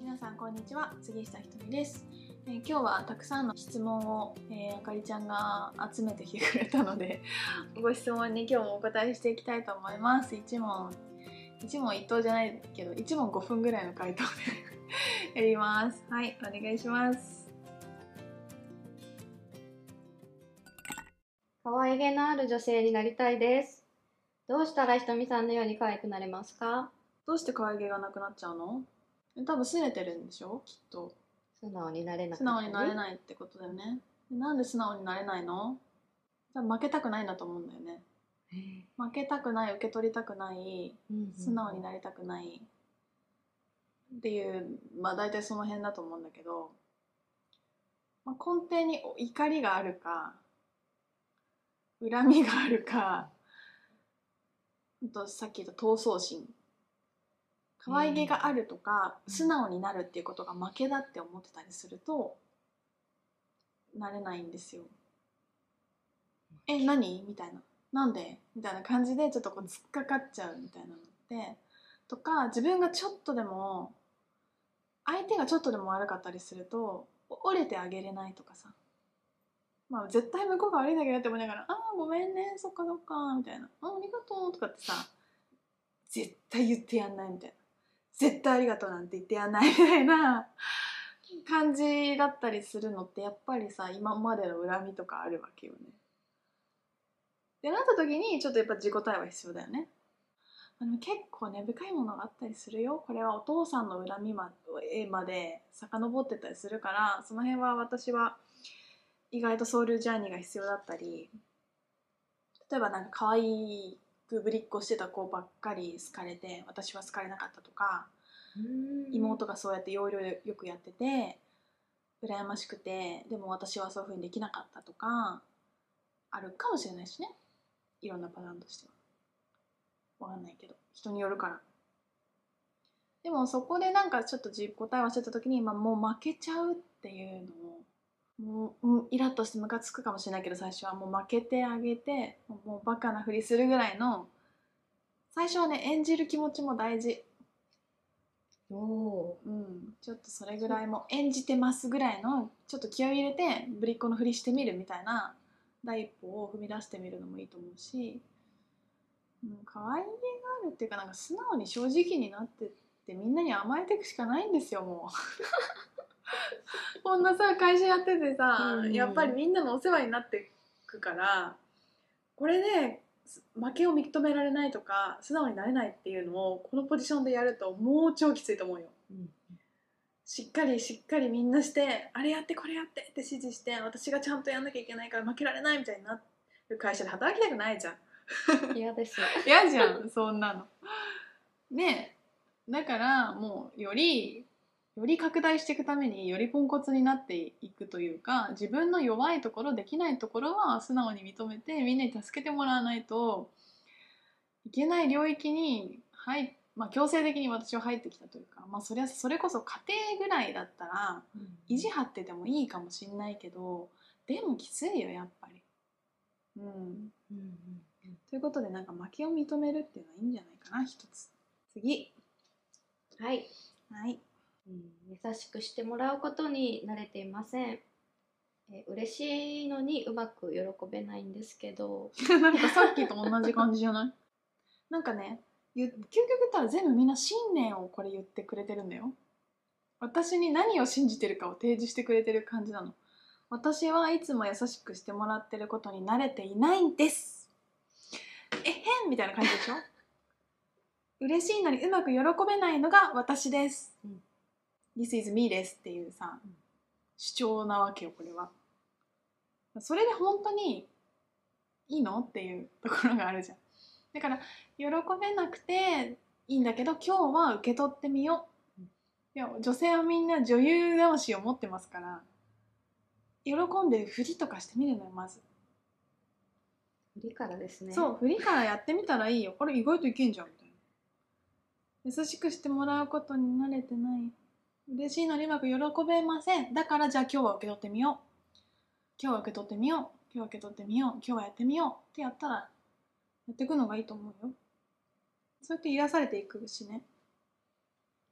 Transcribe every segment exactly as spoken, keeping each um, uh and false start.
皆さんこんにちは、杉下ひとみです。えー、今日はたくさんの質問を、えー、あかりちゃんが集めてきてくれたのでご質問に今日もお答えしていきたいと思います。一問一問一答じゃないけど一問ごふんぐらいの回答でやります。はい、お願いします。 可愛げのある女性になりたいです。どうしたらひとみさんのように可愛くなれますか？ どうして可愛げがなくなっちゃうの？多分拗ねてるんでしょ、きっと。 素直になれなかったり。 素直になれないってことだよね。なんで素直になれないの？多分負けたくないんだと思うんだよね。負けたくない、受け取りたくない、素直になりたくないっていう、まあ大体その辺だと思うんだけど、まあ、根底に怒りがあるか恨みがあるか、あとさっき言った闘争心、可愛げがあるとか素直になるっていうことが負けだって思ってたりするとなれないんですよ。え、何みたいな、なんでみたいな感じでちょっとこう突っかかっちゃうみたいなのってとか、自分がちょっとでも相手がちょっとでも悪かったりすると折れてあげれないとかさ、まあ絶対向こうが悪いんだけどって思いながら、ああごめんね、そっかそっかみたいな、あありがとうとかってさ絶対言ってやんないみたいな、絶対ありがとうなんて言ってやんないみたいな感じだったりするのってやっぱりさ、今までの恨みとかあるわけよね。でなった時にちょっとやっぱ自己対話必要だよね。でも結構根深いものがあったりするよ。これはお父さんの恨みまで遡ってたりするから、その辺は私は意外とソウルジャーニーが必要だったり、例えばなんか可愛くぶりっこしてた子ばっかり好かれて私は好かれなかったとか、妹がそうやって要領よくやってて羨ましくてでも私はそういう風にできなかったとかあるかもしれないしね。いろんなパターンとしては分かんないけど人によるから。でもそこでなんかちょっと自己対話してた時に、まあ、もう負けちゃうっていうのをもう、うん、イラッとしてムカつくかもしれないけど、最初はもう負けてあげてもうバカなふりするぐらいの、最初はね演じる気持ちも大事。お、うん、ちょっとそれぐらいも演じてますぐらいのちょっと気を入れてぶりっ子のふりしてみるみたいな第一歩を踏み出してみるのもいいと思うし、うん、可愛げがあるっていうか、なんか素直に正直になってってみんなに甘えていくしかないんですよ、もうこんなさ会社やっててさ、うん、やっぱりみんなのお世話になっていくから、これで負けを認められないとか素直になれないっていうのをこのポジションでやるともう超きついと思うよ、うん、しっかりしっかりみんなしてあれやってこれやってって指示して、私がちゃんとやんなきゃいけないから負けられないみたいになる会社で働きたくないじゃん。 嫌です嫌じゃんそんなのね。えだからもうよりより拡大していくためによりポンコツになっていくというか、自分の弱いところできないところは素直に認めてみんなに助けてもらわないといけない領域に入、まあ、強制的に私は入ってきたというか、まあ、それはそれこそ家庭ぐらいだったら意地張っててもいいかもしんないけど、でもきついよやっぱり。うん、うんうんうん、ということでなんか負けを認めるっていうのはいいんじゃないかな、一つ。次。 はい、 はい、 うん、優しくしてもらうことに慣れていません。え嬉しいのにうまく喜べないんですけどなんかさっきと同じ感じじゃないなんかね、究極言ったら全部みんな信念をこれ言ってくれてるんだよ。私に何を信じてるかを提示してくれてる感じなの。私はいつも優しくしてもらってることに慣れていないんです。えへんみたいな感じでしょ嬉しいのにうまく喜べないのが私です、うん、This is me ですっていうさ、うん、主張なわけよこれは。それで本当にいいのっていうところがあるじゃん。だから喜べなくていいんだけど今日は受け取ってみよう。いや女性はみんな女優魂を持ってますから、喜んで振りとかしてみるのよ。まず振りからですね。 そう、振りからやってみたらいいよ。これ意外といけんじゃんみたいな。優しくしてもらうことに慣れてない、嬉しいのにうまく喜べません。だからじゃあ今日は受け取ってみよう、今日は受け取ってみよう、今日は受け取ってみよう、今日はやってみようってやったらやっていくのがいいと思うよ。そうやって癒されていくしね。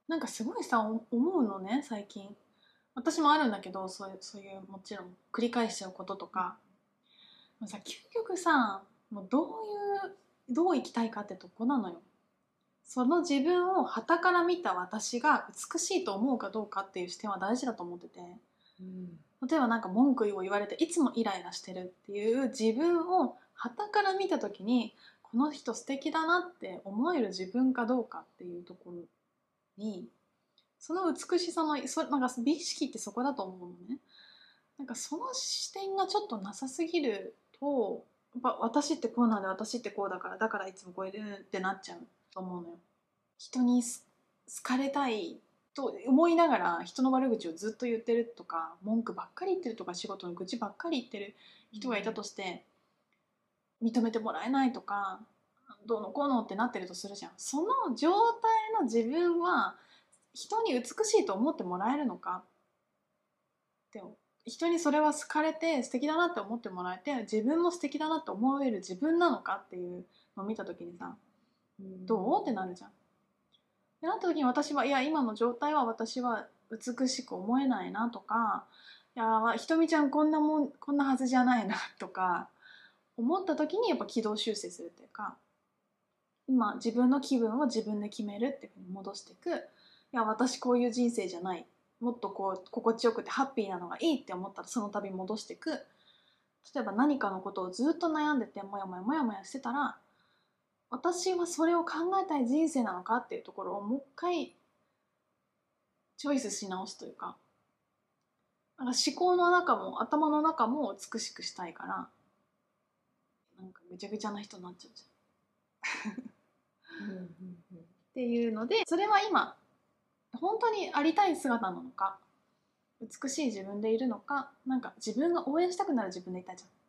なんかすごいさ思うのね最近。私もあるんだけど、そういう、そういうもちろん繰り返しちゃうこととか、もうさ究極さ、もうどういうどう生きたいかってとこなのよ。その自分を傍から見た私が美しいと思うかどうかっていう視点は大事だと思ってて、うん、例えばなんか文句を言われていつもイライラしてるっていう自分を傍から見た時に、この人素敵だなって思える自分かどうかっていうところに、その美しさのそなんか美意識ってそこだと思うのね。なんかその視点がちょっとなさすぎると、やっぱ私ってこうなんで、私ってこうだからだからいつもこういうってなっちゃうと思うのよ。人に好かれたいと思いながら人の悪口をずっと言ってるとか、文句ばっかり言ってるとか、仕事の愚痴ばっかり言ってる人がいたとして、認めてもらえないとかどうのこうのってなってるとするじゃん。その状態の自分は人に美しいと思ってもらえるのかって、人にそれは好かれて素敵だなって思ってもらえて、自分も素敵だなって思える自分なのかっていうのを見た時にさ、どうってなるじゃん。でなった時に私は、いや今の状態は私は美しく思えないなとか、いやひとみちゃんこんなもんこんなはずじゃないなとか思った時に、やっぱ軌道修正するっていうか、今自分の気分を自分で決めるっていうふうに戻していく。いや私こういう人生じゃない、もっとこう心地よくてハッピーなのがいいって思ったらその度戻していく。例えば何かのことをずっと悩んでてモヤモヤモヤモヤしてたら、私はそれを考えたい人生なのかっていうところをもう一回チョイスし直すというか、なんか思考の中も頭の中も美しくしたいから、なんかぐちゃぐちゃな人になっちゃうじゃんうんうん、うん、っていうので、それは今本当にありたい姿なのか、美しい自分でいるのか、なんか自分が応援したくなる自分でいたいじゃん。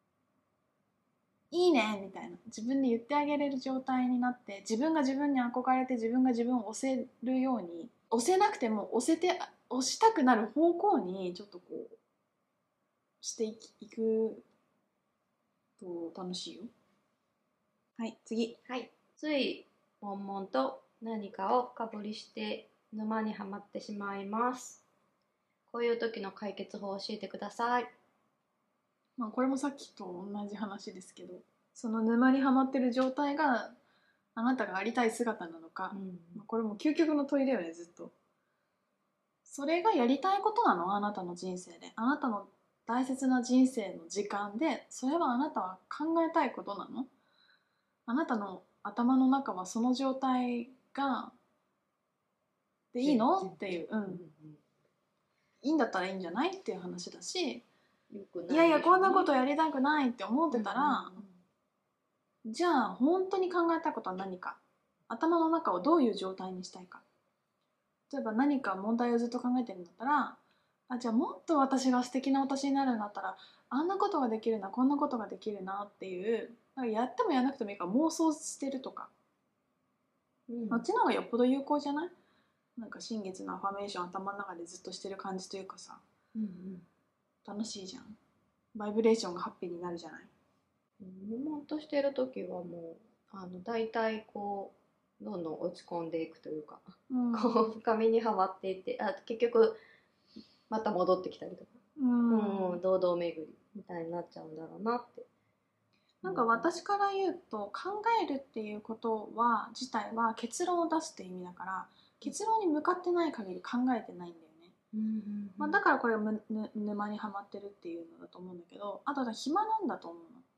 いいねみたいな自分で言ってあげれる状態になって、自分が自分に憧れて自分が自分を押せるように、押せなくても押せて押したくなる方向にちょっとこうしていくと楽しいよ。はい次。 はい、つい悶々と何かを深掘りして沼にはまってしまいます。こういう時の解決法を教えてください。 まあこれもさっきと同じ話ですけど、その沼にはまってる状態があなたがありたい姿なのか、うん、これも究極の問いだよね。ずっとそれがやりたいことなの？あなたの人生で、あなたの大切な人生の時間で、それはあなたは考えたいことなの？あなたの頭の中はその状態がでいいのっていう、うん、いいんだったらいいんじゃないっていう話だし、よくないでしょうね。いやいやこんなことやりたくないって思ってたら、うんうんうん、じゃあ本当に考えたいことは何か、頭の中をどういう状態にしたいか。例えば何か問題をずっと考えてるんだったら、あじゃあもっと私が素敵な私になるんだったらあんなことができるな、こんなことができるなっていう、なんかやってもやらなくてもいいから妄想してるとか、うん、あっちの方がよっぽど有効じゃない？なんか新月のアファメーション頭の中でずっとしてる感じというかさ、うんうん、楽しいじゃん。バイブレーションがハッピーになるじゃない。 悶々としてる時はもうあの大体こうどんどん落ち込んでいくというか、うん、こう深みにはまっていって、あ結局また戻ってきたりとか、うんうん、堂々巡りみたいになっちゃうんだろうなって。 なんか私から言うと、考えるっていうことは自体は結論を出すっていう意味だから、結論に向かってない限り考えてないんだよね、うんうんうんまあ、だからこれむぬ沼にはまってるっていうのだと思うんだけど、あとは暇なんだと思うの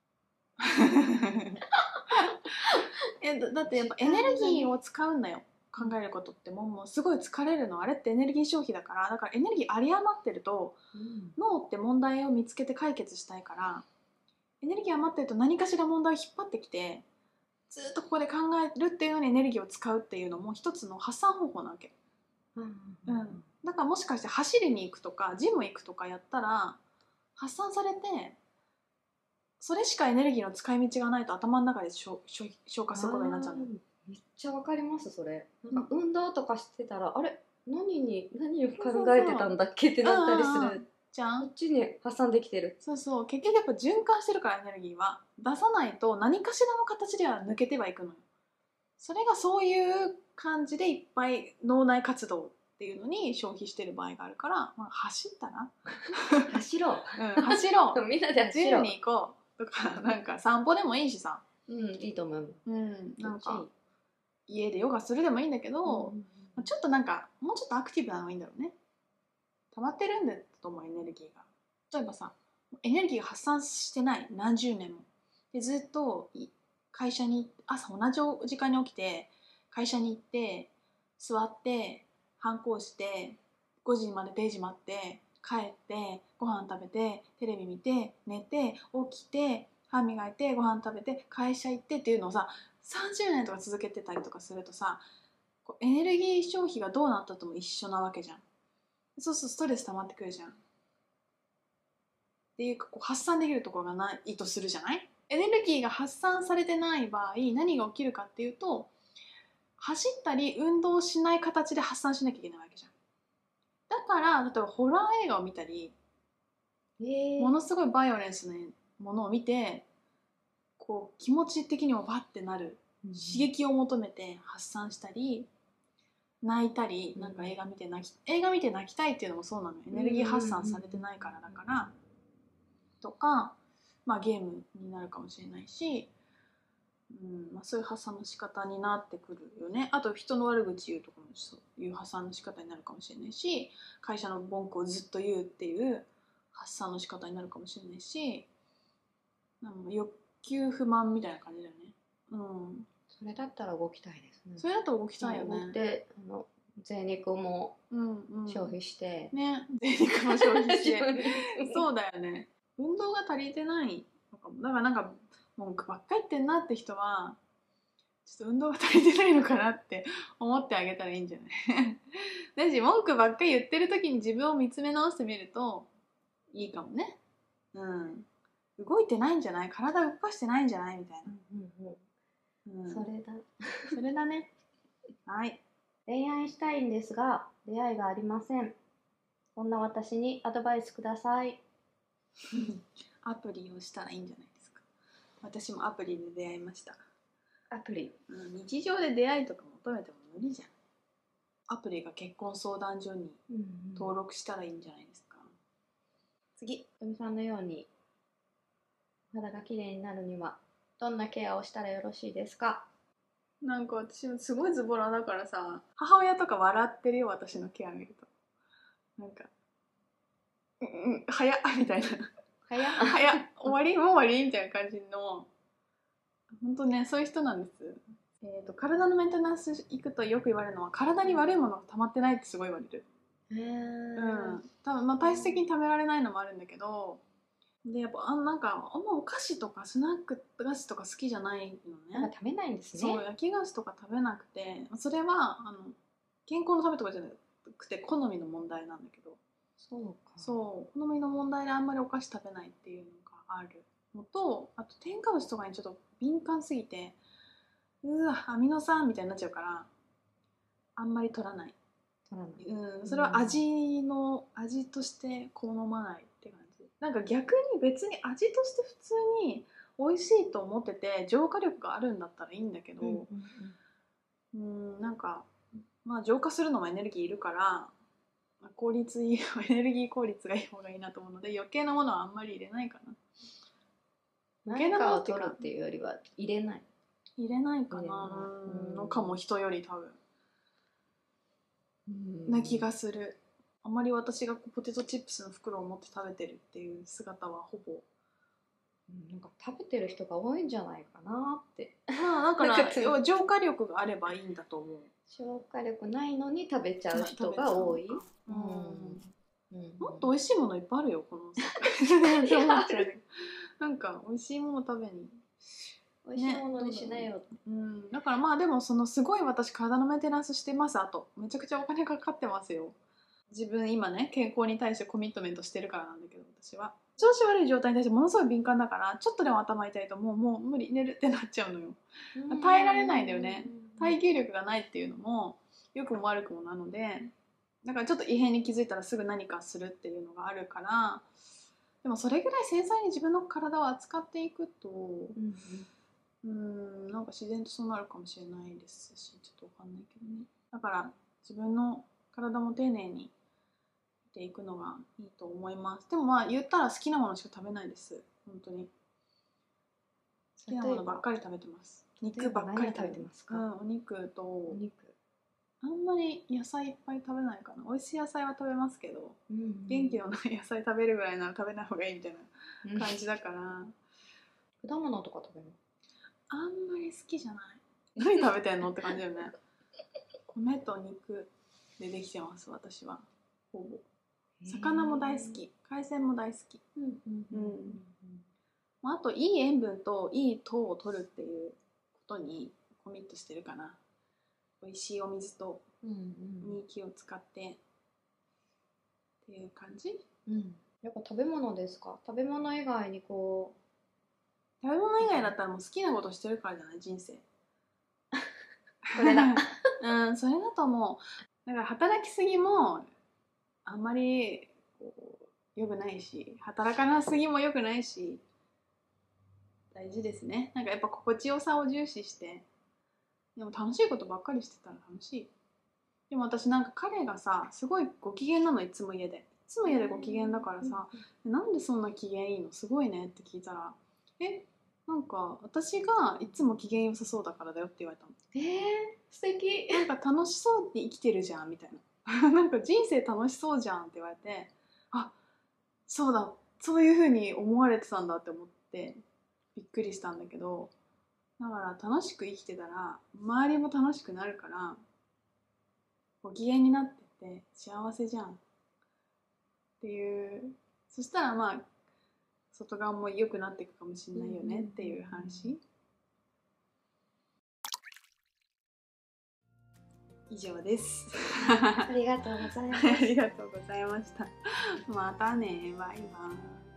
え だ, だってやっぱエネルギーを使うんだよ、考えることってもう。もうすごい疲れるの、あれってエネルギー消費だから。だからエネルギー有り余ってると、うん、脳って問題を見つけて解決したいから、エネルギー余ってると何かしら問題を引っ張ってきてずっとここで考えるっていうのにエネルギーを使うっていうのも一つの発散方法なわけ、うんうんうん、だからもしかして走りに行くとかジム行くとかやったら発散されて、それしかエネルギーの使い道がないと頭の中で消化することになっちゃうの。 めっちゃわかりますそれ。なんか運動とかしてたら、うん、あれ何に何を考えてたんだっけってなったりするじゃん。こっちに挟んできてる。 そうそう、結局やっぱ循環してるからエネルギーは出さないと何かしらの形では抜けてはいくのよ。 それがそういう感じでいっぱい脳内活動っていうのに消費してる場合があるから、まあ、走ったら走ろう、 うん、走ろうみんなで走ろう、 ジムに行こうとか、なんか散歩でもいいしさ、 うん、いいと思う。 うん、なんか家でヨガするでもいいんだけど、うん、ちょっとなんかもうちょっとアクティブなのがいいんだろうね。溜まってるんだと思う、エネルギーが。例えばさ、エネルギーが発散してない、何十年もでずっと会社に朝同じ時間に起きて会社に行って座って反抗してごじまで定時待って帰ってご飯食べてテレビ見て寝て起きて歯磨いてご飯食べて会社行ってっていうのをささんじゅうねんとか続けてたりとかするとさ、こうエネルギー消費がどうなったとも一緒なわけじゃん。そうするとストレス溜まってくるじゃん。っていうかこう発散できるところがないとするじゃない。エネルギーが発散されてない場合何が起きるかっていうと、走ったり運動しない形で発散しなきゃいけないわけじゃん。だから例えばホラー映画を見たり、えー、ものすごいバイオレンスなものを見てこう気持ち的にもバッてなる、うん、刺激を求めて発散したり泣いたり、なんか映画見て泣き、うん、映画見て泣きたいっていうのもそうなの。エネルギー発散されてないからだから、うん、とか、まあ、ゲームになるかもしれないし、うんまあ、そういう発散の仕方になってくるよね。あと人の悪口言うとかもそういう発散の仕方になるかもしれないし、会社の文句をずっと言うっていう発散の仕方になるかもしれないし、なんか欲求不満みたいな感じだよね。うん、 それだったら動きたいですね。 それだったら動きたいよね。 で、あの贅肉も消費して、 うんうん、ね、贅肉も消費してそうだよね。運動が足りてないのかも。だからなんか文句ばっかり言ってんなって人はちょっと運動が足りてないのかなって思ってあげたらいいんじゃないだし文句ばっかり言ってる時に自分を見つめ直してみるといいかもね。うん、動いてないんじゃない、体動かしてないんじゃないみたいな、うんうんうん、それだそれだねはい。 恋愛したいんですが出会いがありません。そんな私にアドバイスくださいアプリをしたらいいんじゃないですか。私もアプリで出会いました。 アプリ、 うん、日常で出会いとか求めても無理じゃん。アプリが結婚相談所に登録したらいいんじゃないですか、うんうん、次、 とみさんのように肌がきれいになるにはどんなケアをしたらよろしいですか。 なんか私もすごいズボラだからさ、母親とか笑ってるよ、私のケア見ると。なんかうんうん早っみたいな早っ早っ終わりもう終わりみたいな感じの、本当ね、そういう人なんです。えーと、体のメンテナンス行くとよく言われるのは、体に悪いものが溜まってないってすごい言われる。へー、うん、多分まあ体質的に食べられないのもあるんだけど、でやっぱあなんかあんまお菓子とかスナック菓子とか好きじゃないのね。 なんか食べないんですね。 そう、焼き菓子とか食べなくて、それはあの健康のためとかじゃなくて好みの問題なんだけど、 そうか、 そう好みの問題であんまりお菓子食べないっていうのがあるのと、あと添加物とかにちょっと敏感すぎて、うわアミノ酸みたいになっちゃうからあんまり取らない。取らない、うん、それは味の味として好まないって感じ。なんか逆に別に味として普通に美味しいと思ってて浄化力があるんだったらいいんだけど、うんうんうん、うんなんかまあ浄化するのもエネルギーいるから効率いいエネルギー効率がいい方がいいなと思うので、余計なものはあんまり入れないかな。 余計なものを取るっていうよりは入れない入れないかな、うんのかも、人より多分な気がする。あまり私がポテトチップスの袋を持って食べてるっていう姿はほぼ、 なんか食べてる人が多いんじゃないかなって。 まあだから浄化力があればいいんだと思う。 消化力ないのに食べちゃう人が多い。うんうん、もっと美味しいものいっぱいあるよこの世界なんか美味しいもの食べに美味しいものにしなよ、ね、 うん、だからまあでもそのすごい私体のメンテナンスしてます。あとめちゃくちゃお金かかってますよ。自分今ね健康に対してコミットメントしてるからなんだけど、私は調子悪い状態に対してものすごい敏感だから、ちょっとでも頭痛いともうもう無理、寝るってなっちゃうのよ。耐えられないんだよね。耐久力がないっていうのも良くも悪くもなので、だからちょっと異変に気づいたらすぐ何かするっていうのがあるから、でもそれぐらい繊細に自分の体を扱っていくと、うんうーんなんか自然とそうなるかもしれないですし、ちょっとわかんないけどね。だから自分の体も丁寧に見ていくのがいいと思います。でもまあ言ったら好きなものしか食べないです。本当に好きなものばっかり食べてます。肉ばっかり食べてますか？うん、お肉とお肉。あんまり野菜いっぱい食べないかな。美味しい野菜は食べますけど、うんうん、元気のない野菜食べるぐらいなら食べない方がいいみたいな感じだから、うん、 果物とか食べるの？ あんまり好きじゃない。何食べてんのって感じだよね。米と肉でできてます私は。ほぼ魚も大好き、海鮮も大好き。あといい塩分といい糖を取るっていうことにコミットしてるかな。美味しいお水とに気を使ってっていう感じ、 うん、やっぱ食べ物ですか？食べ物以外にこう食べ物以外だったらもう好きなことしてるからじゃない？人生これだうん、それだと思う。だから働きすぎもあんまりこう良くないし、働かなすぎも良くないし、大事ですね。なんかやっぱ心地よさを重視して、でも楽しいことばっかりしてたら楽しい。でも私なんか彼がさすごいご機嫌なの、いつも家でいつも家でご機嫌だからさ、うん、なんでそんな機嫌いいの？すごいねって聞いたら、えなんか私がいつも機嫌良さそうだからだよって言われたの。 えー、素敵。 なんか楽しそうに生きてるじゃんみたいななんか人生楽しそうじゃんって言われて、あ、そうだ、そういう風に思われてたんだって思ってびっくりしたんだけど、だから楽しく生きてたら周りも楽しくなるから、ご機嫌になってて幸せじゃんっていう、そしたらまあ外側も良くなっていくかもしれないよねっていう話。以上ですありがとうございますありがとうございました。またね、バイバイ。